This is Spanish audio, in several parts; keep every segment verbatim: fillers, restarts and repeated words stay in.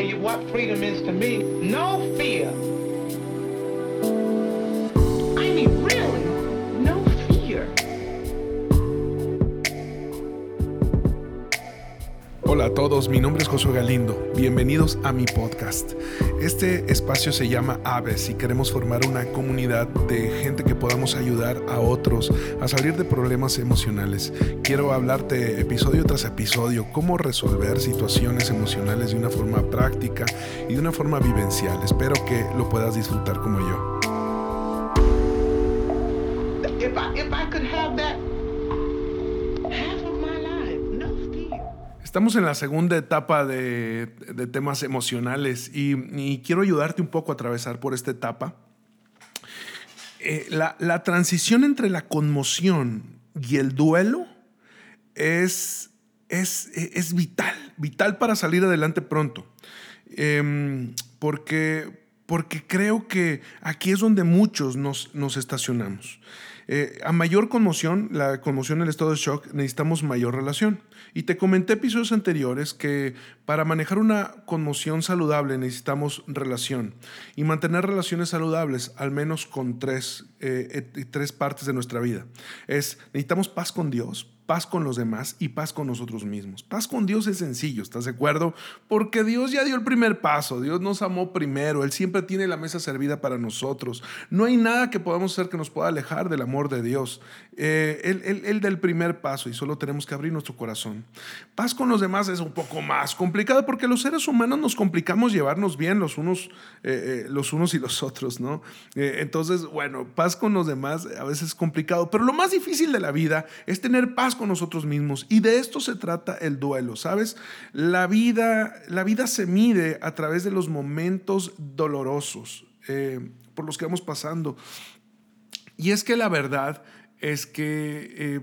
tell you what freedom is to me. No fear. I mean, really, no fear. Hola a todos, mi nombre es Josué Galindo. Bienvenidos a mi podcast. Este espacio se llama Aves y queremos formar una comunidad de gente que podamos ayudar a otros a salir de problemas emocionales. Quiero hablarte episodio tras episodio cómo resolver situaciones emocionales de una forma práctica y de una forma vivencial. Espero que lo puedas disfrutar como yo. If I, if I could have that half of my life, no fear. Estamos en la segunda etapa de, de temas emocionales y, y quiero ayudarte un poco a atravesar por esta etapa. Eh, la, la transición entre la conmoción y el duelo es, es, es vital, vital para salir adelante pronto. Eh, porque, porque creo que aquí es donde muchos nos, nos estacionamos. Eh, a mayor conmoción, la conmoción en el estado de shock, necesitamos mayor relación. Y te comenté episodios anteriores que para manejar una conmoción saludable necesitamos relación. Y mantener relaciones saludables al menos con tres, eh, eh, tres partes de nuestra vida. Es, necesitamos paz con Dios, paz con los demás y paz con nosotros mismos. Paz con Dios es sencillo, ¿estás de acuerdo? Porque Dios ya dio el primer paso. Dios nos amó primero. Él siempre tiene la mesa servida para nosotros. No hay nada que podamos hacer que nos pueda alejar del amor de Dios. Eh, él, él, él da el primer paso y solo tenemos que abrir nuestro corazón. Paz con los demás es un poco más complicado porque los seres humanos nos complicamos llevarnos bien los unos, eh, eh, los unos y los otros, ¿no? Eh, entonces, bueno, paz con los demás a veces es complicado, pero lo más difícil de la vida es tener paz con nosotros mismos, y de esto se trata el duelo, ¿sabes? La vida, la vida se mide a través de los momentos dolorosos eh, por los que vamos pasando. Y es que la verdad es que eh,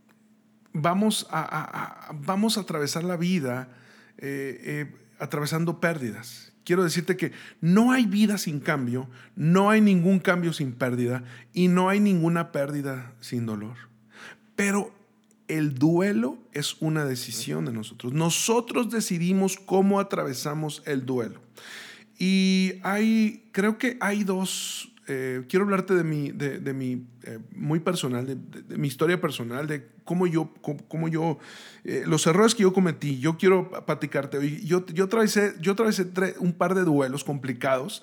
vamos, a, a, a, vamos a atravesar la vida eh, eh, atravesando pérdidas. Quiero decirte que no hay vida sin cambio, no hay ningún cambio sin pérdida y no hay ninguna pérdida sin dolor. Pero el duelo es una decisión de nosotros. Nosotros decidimos cómo atravesamos el duelo. Y hay, creo que hay dos, eh, quiero hablarte de mi, de, de mi eh, muy personal, de, de, de mi historia personal, de cómo yo, cómo, cómo yo eh, los errores que yo cometí. Yo quiero platicarte hoy. Yo, yo atravesé, yo atravesé tre- un par de duelos complicados.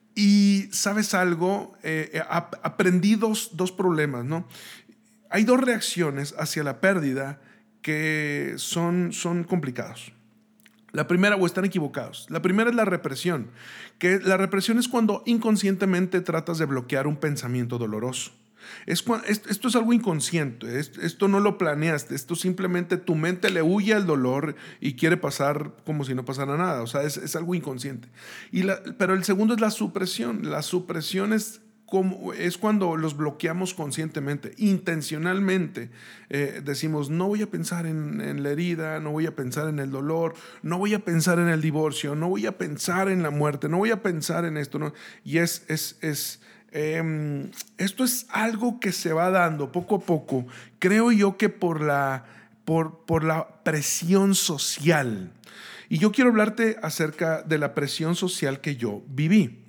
Y ¿sabes algo? Eh, ap- aprendí dos, dos problemas, ¿no? Hay dos reacciones hacia la pérdida que son, son complicados. La primera, o están equivocados. La primera es la represión, que la represión es cuando inconscientemente tratas de bloquear un pensamiento doloroso. Es, esto es algo inconsciente, esto no lo planeaste, esto simplemente tu mente le huye al dolor y quiere pasar como si no pasara nada, o sea, es, es algo inconsciente. Y la, pero el segundo es la supresión. La supresión es Como es cuando los bloqueamos conscientemente, intencionalmente. Eh, decimos, no voy a pensar en, en la herida, no voy a pensar en el dolor, no voy a pensar en el divorcio, no voy a pensar en la muerte, no voy a pensar en esto. ¿no? Y es, es, es eh, esto es algo que se va dando poco a poco. Creo yo que por la, por, por la presión social. Y yo quiero hablarte acerca de la presión social que yo viví.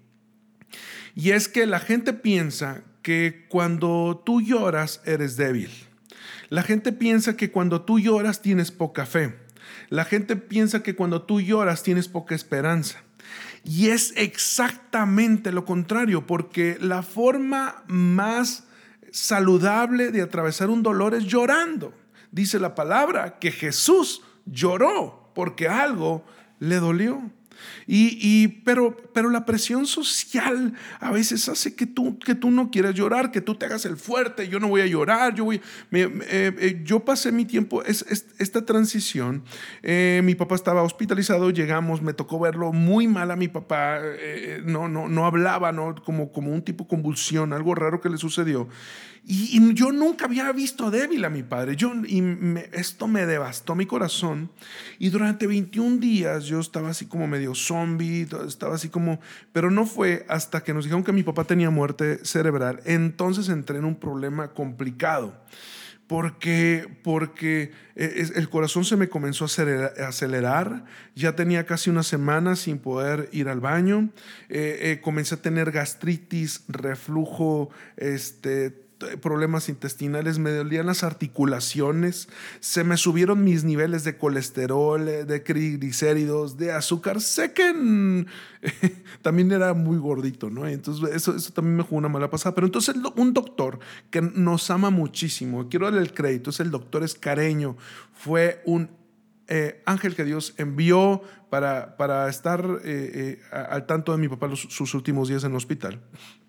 Y es que la gente piensa que cuando tú lloras eres débil. La gente piensa que cuando tú lloras tienes poca fe. La gente piensa que cuando tú lloras tienes poca esperanza. Y es exactamente lo contrario, porque la forma más saludable de atravesar un dolor es llorando. Dice la palabra que Jesús lloró porque algo le dolió. Y, y, pero, pero la presión social a veces hace que tú, que tú no quieras llorar, que tú te hagas el fuerte. Yo no voy a llorar. Yo, voy, me, me, eh, yo pasé mi tiempo, es, es, esta transición. Eh, mi papá estaba hospitalizado, llegamos, me tocó verlo muy mal a mi papá. Eh, no, no, no hablaba, ¿no? Como, como un tipo de convulsión, algo raro que le sucedió. Y, y yo nunca había visto débil a mi padre. Yo, y me, esto me devastó mi corazón. Y durante veintiún días yo estaba así como medio zombie, estaba así como... Pero no fue hasta que nos dijeron que mi papá tenía muerte cerebral. Entonces entré en un problema complicado. porque, porque el corazón se me comenzó a acelerar, ya tenía casi una semana sin poder ir al baño, eh, eh, comencé a tener gastritis, reflujo, este, problemas intestinales, me dolían las articulaciones, se me subieron mis niveles de colesterol, de triglicéridos, de azúcar. Sé que mm, también era muy gordito, ¿no? Entonces eso, eso también me jugó una mala pasada. Pero entonces un doctor que nos ama muchísimo, quiero darle el crédito, es el doctor Escareño, fue un eh, ángel que Dios envió para, para estar eh, eh, al tanto de mi papá los, sus últimos días en el hospital.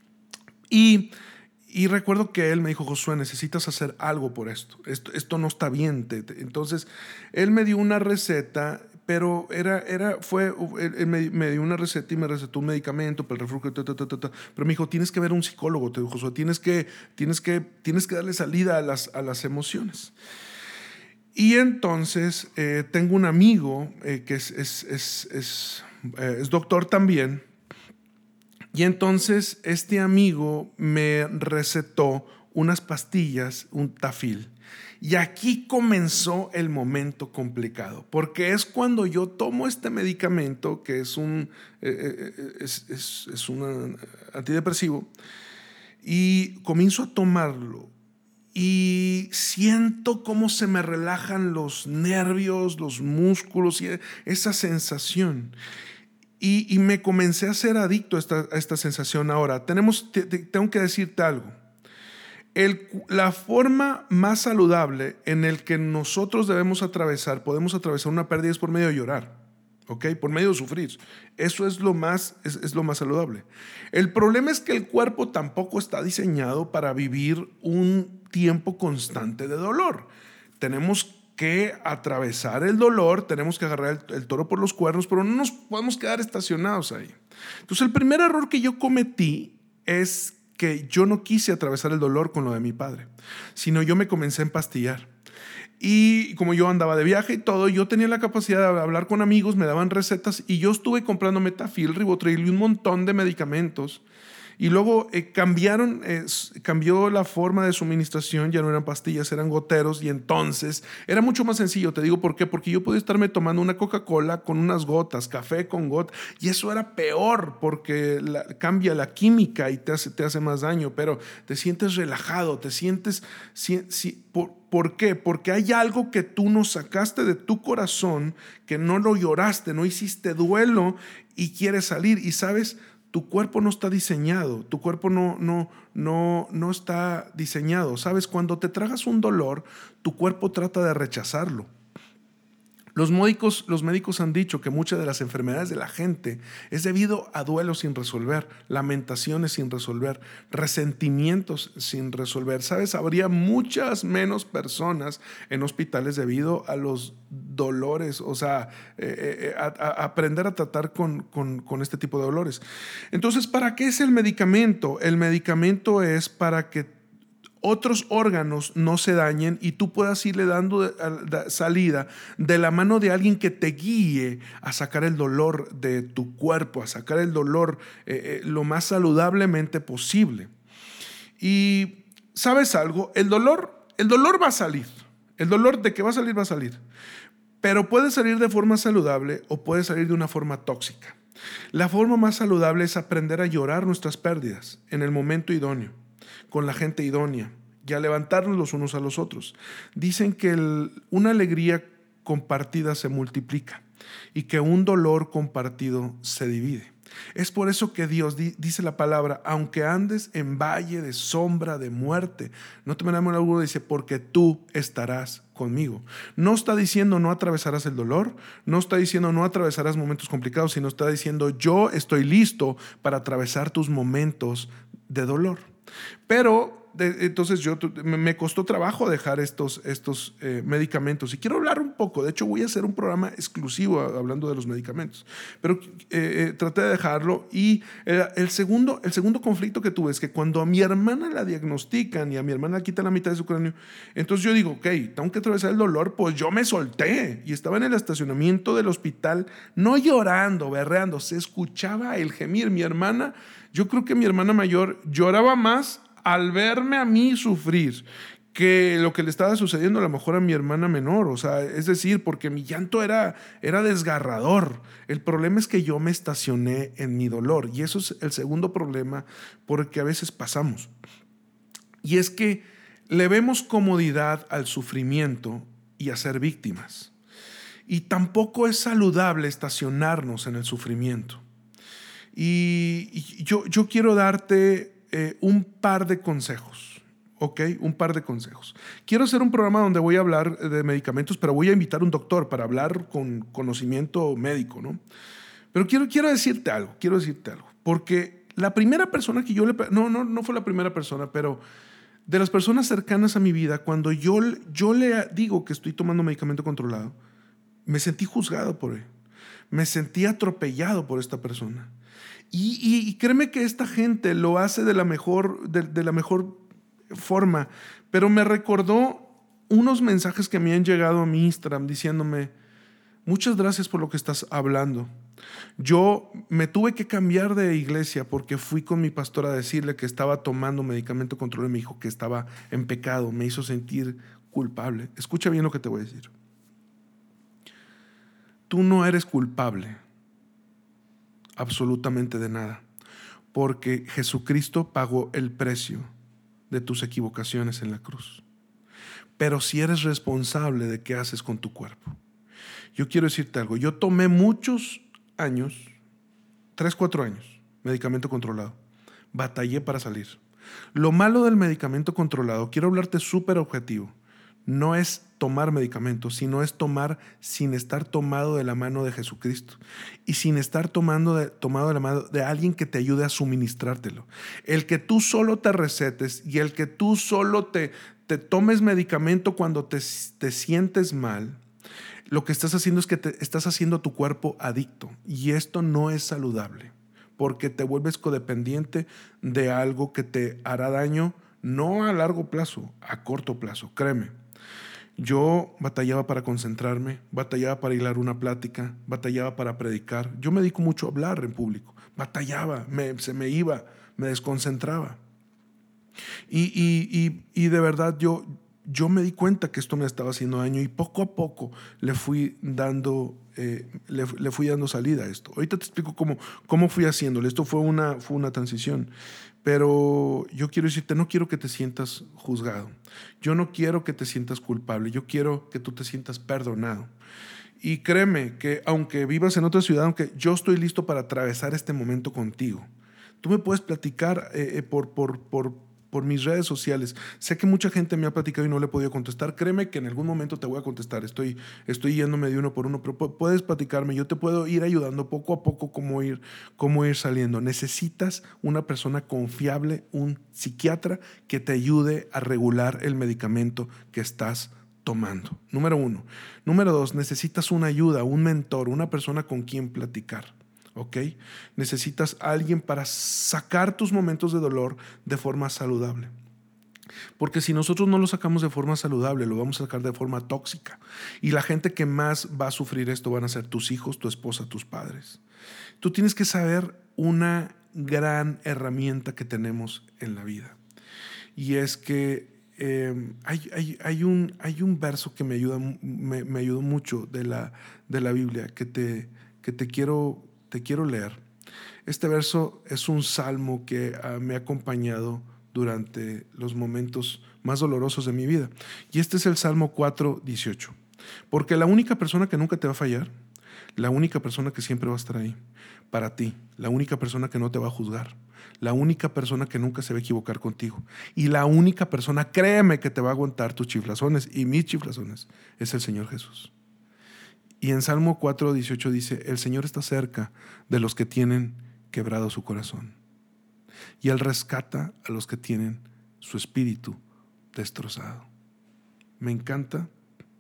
Y Y recuerdo que él me dijo: Josué, necesitas hacer algo por esto. Esto, esto no está bien. Entonces, él me dio una receta, pero era, era, fue, él me, me dio una receta y me recetó un medicamento para el reflujo. Ta, ta, ta, ta, ta. Pero me dijo: tienes que ver a un psicólogo. Te dijo: Josué, tienes que, tienes que, tienes que darle salida a las, a las emociones. Y entonces eh, tengo un amigo eh, que es, es, es, es, eh, es doctor también. Y entonces este amigo me recetó unas pastillas, un Tafil. Y aquí comenzó el momento complicado, porque es cuando yo tomo este medicamento, que es un, eh, es, es, es un antidepresivo, y comienzo a tomarlo. Y siento cómo se me relajan los nervios, los músculos y esa sensación. Y, y me comencé a ser adicto a esta, a esta sensación. Ahora, tenemos, te, te, tengo que decirte algo. El, la forma más saludable en el que nosotros debemos atravesar, podemos atravesar una pérdida es por medio de llorar, ¿ok? Por medio de sufrir. Eso es lo más, es, es lo más saludable. El problema es que el cuerpo tampoco está diseñado para vivir un tiempo constante de dolor. Tenemos que que atravesar el dolor, tenemos que agarrar el, el toro por los cuernos, pero no nos podemos quedar estacionados ahí. Entonces el primer error que yo cometí es que yo no quise atravesar el dolor con lo de mi padre, sino yo me comencé a empastillar. Y como yo andaba de viaje y todo, yo tenía la capacidad de hablar con amigos, me daban recetas y yo estuve comprando Tafil, Ribotril y un montón de medicamentos. Y luego eh, cambiaron, eh, cambió la forma de suministración, ya no eran pastillas, eran goteros, y entonces era mucho más sencillo. Te digo por qué, porque yo podía estarme tomando una Coca-Cola con unas gotas, café con gotas, y eso era peor porque la, cambia la química y te hace, te hace más daño, pero te sientes relajado, te sientes... Si, si, por, ¿Por qué? Porque hay algo que tú no sacaste de tu corazón, que no lo lloraste, no hiciste duelo y quieres salir, y sabes... Tu cuerpo no está diseñado, tu cuerpo no, no, no, no está diseñado. ¿Sabes? Cuando te tragas un dolor, tu cuerpo trata de rechazarlo. Los médicos, los médicos han dicho que muchas de las enfermedades de la gente es debido a duelos sin resolver, lamentaciones sin resolver, resentimientos sin resolver. ¿Sabes? Habría muchas menos personas en hospitales debido a los dolores, o sea, eh, eh, a, a aprender a tratar con, con, con este tipo de dolores. Entonces, ¿para qué es el medicamento? El medicamento es para que otros órganos no se dañen y tú puedas irle dando salida de la mano de alguien que te guíe a sacar el dolor de tu cuerpo, a sacar el dolor eh, eh, lo más saludablemente posible. Y ¿sabes algo? El dolor, el dolor va a salir. El dolor de que va a salir, va a salir. Pero puede salir de forma saludable o puede salir de una forma tóxica. La forma más saludable es aprender a llorar nuestras pérdidas en el momento idóneo, con la gente idónea, y a levantarnos los unos a los otros. Dicen que el, una alegría compartida se multiplica y que un dolor compartido se divide. Es por eso que Dios di, dice la palabra: aunque andes en valle de sombra de muerte, no temerás alguno, dice, porque tú estarás conmigo. No está diciendo no atravesarás el dolor, no está diciendo no atravesarás momentos complicados, sino está diciendo yo estoy listo para atravesar tus momentos de dolor. Pero de, entonces yo me costó trabajo dejar estos, estos eh, medicamentos, y quiero hablar un poco. De hecho, voy a hacer un programa exclusivo hablando de los medicamentos, pero eh, eh, traté de dejarlo. Y el, el, segundo, el segundo conflicto que tuve es que cuando a mi hermana la diagnostican y a mi hermana le quitan la mitad de su cráneo, entonces yo digo, ok, tengo que atravesar el dolor. Pues yo me solté y estaba en el estacionamiento del hospital, no llorando, berreando, se escuchaba el gemir. Mi hermana, yo creo que mi hermana mayor lloraba más al verme a mí sufrir que lo que le estaba sucediendo a lo mejor a mi hermana menor. O sea, es decir, porque mi llanto era, era desgarrador. El problema es que yo me estacioné en mi dolor. Y eso es el segundo problema por el que a veces pasamos. Y es que le vemos comodidad al sufrimiento y a ser víctimas. Y tampoco es saludable estacionarnos en el sufrimiento. Y, y yo, yo quiero darte eh, un par de consejos. Ok, un par de consejos. Quiero hacer un programa donde voy a hablar de medicamentos, pero voy a invitar a un doctor para hablar con conocimiento médico, ¿no? Pero quiero, quiero decirte algo, quiero decirte algo. Porque la primera persona que yo le... No, no, no fue la primera persona, pero de las personas cercanas a mi vida, cuando yo, yo le digo que estoy tomando medicamento controlado, me sentí juzgado por él. Me sentí atropellado por esta persona. Y, y, y créeme que esta gente lo hace de la mejor... De, de la mejor forma, pero me recordó unos mensajes que me han llegado a mi Instagram diciéndome: muchas gracias por lo que estás hablando. Yo me tuve que cambiar de iglesia porque fui con mi pastor a decirle que estaba tomando medicamento controlado y me dijo que estaba en pecado, me hizo sentir culpable. Escucha bien lo que te voy a decir. Tú no eres culpable absolutamente de nada, porque Jesucristo pagó el precio de tus equivocaciones en la cruz. Pero si eres responsable de qué haces con tu cuerpo. Yo quiero decirte algo. Yo tomé muchos años, tres, cuatro años, medicamento controlado. Batallé para salir. Lo malo del medicamento controlado, quiero hablarte súper objetivo, no es tomar medicamentos, sino es tomar sin estar tomado de la mano de Jesucristo y sin estar tomando de, tomado de la mano de alguien que te ayude a suministrártelo. El que tú solo te recetes y el que tú solo te, te tomes medicamento cuando te, te sientes mal, lo que estás haciendo es que te estás haciendo a tu cuerpo adicto, y esto no es saludable porque te vuelves codependiente de algo que te hará daño, no a largo plazo, a corto plazo, créeme. Yo batallaba para concentrarme, batallaba para hilar una plática, batallaba para predicar. Yo me dedico mucho a hablar en público. Batallaba, me, se me iba, me desconcentraba. Y, y, y, y de verdad yo, yo me di cuenta que esto me estaba haciendo daño y poco a poco le fui dando, eh, le, le fui dando salida a esto. Ahorita te explico cómo, cómo fui haciéndole. Esto fue una, fue una transición. Pero yo quiero decirte, no quiero que te sientas juzgado. Yo no quiero que te sientas culpable. Yo quiero que tú te sientas perdonado. Y créeme que aunque vivas en otra ciudad, aunque yo estoy listo para atravesar este momento contigo, tú me puedes platicar eh, eh, por, por, por, por mis redes sociales. Sé que mucha gente me ha platicado y no le he podido contestar. Créeme que en algún momento te voy a contestar. Estoy, estoy yéndome de uno por uno, pero puedes platicarme. Yo te puedo ir ayudando poco a poco cómo ir, cómo ir saliendo. Necesitas una persona confiable, un psiquiatra que te ayude a regular el medicamento que estás tomando. Número uno. Número dos, necesitas una ayuda, un mentor, una persona con quien platicar. ¿Ok? Necesitas a alguien para sacar tus momentos de dolor de forma saludable. Porque si nosotros no lo sacamos de forma saludable, lo vamos a sacar de forma tóxica. Y la gente que más va a sufrir esto van a ser tus hijos, tu esposa, tus padres. Tú tienes que saber una gran herramienta que tenemos en la vida. Y es que eh, hay, hay, hay, un, hay un verso que me ayuda, me, me ayudó mucho de la, de la Biblia que te, que te quiero Te quiero leer. Este verso es un salmo que uh, me ha acompañado durante los momentos más dolorosos de mi vida. Y este es el Salmo cuatro dieciocho. Porque la única persona que nunca te va a fallar, la única persona que siempre va a estar ahí para ti, la única persona que no te va a juzgar, la única persona que nunca se va a equivocar contigo y la única persona, créeme, que te va a aguantar tus chiflazones y mis chiflazones es el Señor Jesús. Y en Salmo cuatro dieciocho dice: el Señor está cerca de los que tienen quebrado su corazón y Él rescata a los que tienen su espíritu destrozado. Me encanta,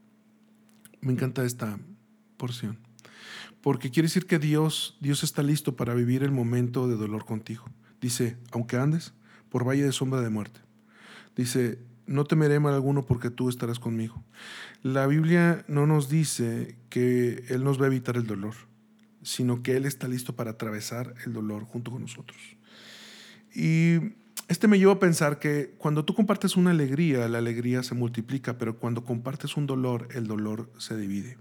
me encanta esta porción, porque quiere decir que Dios, Dios está listo para vivir el momento de dolor contigo. Dice: aunque andes por valle de sombra de muerte, dice, no temeré mal alguno porque tú estarás conmigo. La Biblia no nos dice que Él nos va a evitar el dolor, sino que Él está listo para atravesar el dolor junto con nosotros. Y este me lleva a pensar que cuando tú compartes una alegría, la alegría se multiplica, pero cuando compartes un dolor, el dolor se divide.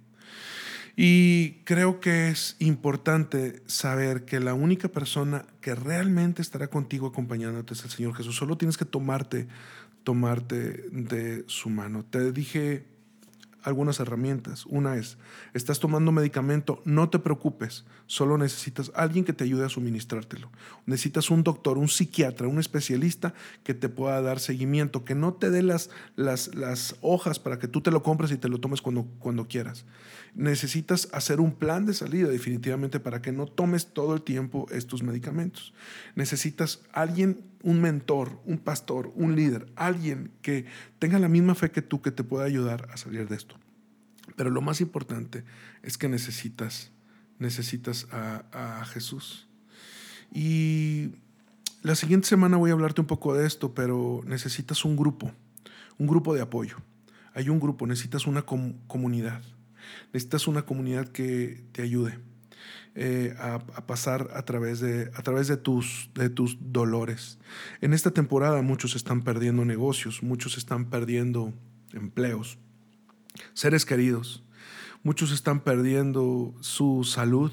Y creo que es importante saber que la única persona que realmente estará contigo acompañándote es el Señor Jesús. Solo tienes que tomarte, tomarte de su mano. Te dije algunas herramientas. Una es, estás tomando medicamento, no te preocupes, solo necesitas alguien que te ayude a suministrártelo. Necesitas un doctor, un psiquiatra, un especialista que te pueda dar seguimiento, que no te dé las, las, las hojas para que tú te lo compres y te lo tomes cuando, cuando quieras. Necesitas hacer un plan de salida definitivamente para que no tomes todo el tiempo estos medicamentos. Necesitas alguien, un mentor, un pastor, un líder, alguien que tenga la misma fe que tú, que te pueda ayudar a salir de esto. Pero lo más importante es que necesitas, necesitas a, a Jesús. Y la siguiente semana voy a hablarte un poco de esto, pero necesitas un grupo, un grupo de apoyo. Hay un grupo, necesitas una com- comunidad. Necesitas una comunidad que te ayude eh, a, a pasar a través, de, a través de, tus, de tus dolores. En esta temporada muchos están perdiendo negocios, muchos están perdiendo empleos, seres queridos, muchos están perdiendo su salud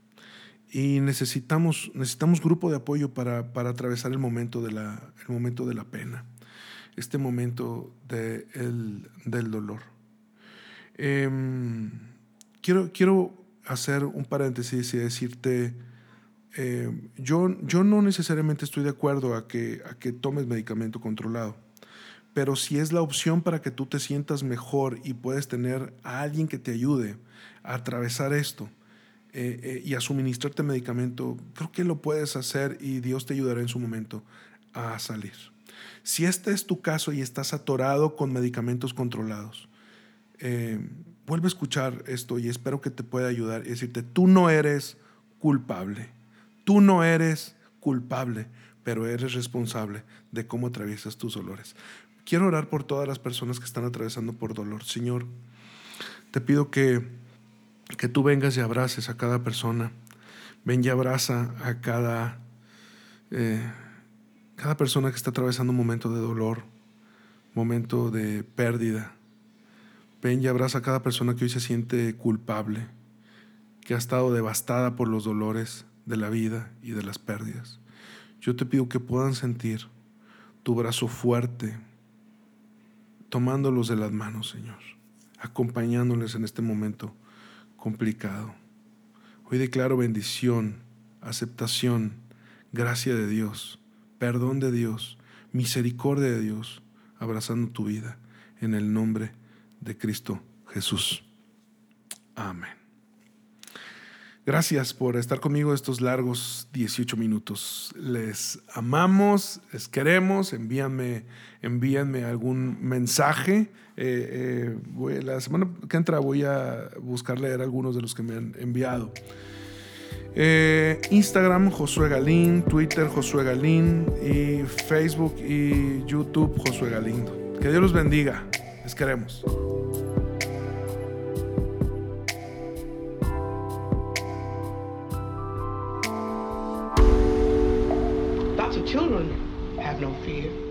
y necesitamos, necesitamos grupo de apoyo para, para atravesar el momento de la, el momento de la pena, este momento de el, del dolor. Eh, quiero, quiero hacer un paréntesis y decirte, eh, yo, yo no necesariamente estoy de acuerdo a que, a que tomes medicamento controlado, pero si es la opción para que tú te sientas mejor y puedes tener a alguien que te ayude a atravesar esto eh, eh, y a suministrarte medicamento, creo que lo puedes hacer y Dios te ayudará en su momento a salir. Si este es tu caso y estás atorado con medicamentos controlados, Eh, vuelve a escuchar esto y espero que te pueda ayudar y decirte, tú no eres culpable, tú no eres culpable, pero eres responsable de cómo atraviesas tus dolores. Quiero orar por todas las personas que están atravesando por dolor. Señor, te pido que, que tú vengas y abraces a cada persona. Ven y abraza a cada, eh, cada persona que está atravesando un momento de dolor, momento de pérdida. Ven y abraza a cada persona que hoy se siente culpable, que ha estado devastada por los dolores de la vida y de las pérdidas. Yo te pido que puedan sentir tu brazo fuerte, tomándolos de las manos, Señor, acompañándoles en este momento complicado. Hoy declaro bendición, aceptación, gracia de Dios, perdón de Dios, misericordia de Dios, abrazando tu vida en el nombre de de Cristo Jesús. Amén. Gracias por estar conmigo estos largos dieciocho minutos. Les amamos, les queremos. Envíenme, envíenme algún mensaje. Eh, eh, voy, la semana que entra voy a buscar leer algunos de los que me han enviado. Eh, Instagram, Josué Galín, Twitter, Josué Galín, y Facebook y YouTube, Josué Galindo. Que Dios los bendiga. Les queremos. Lots of children have no fear.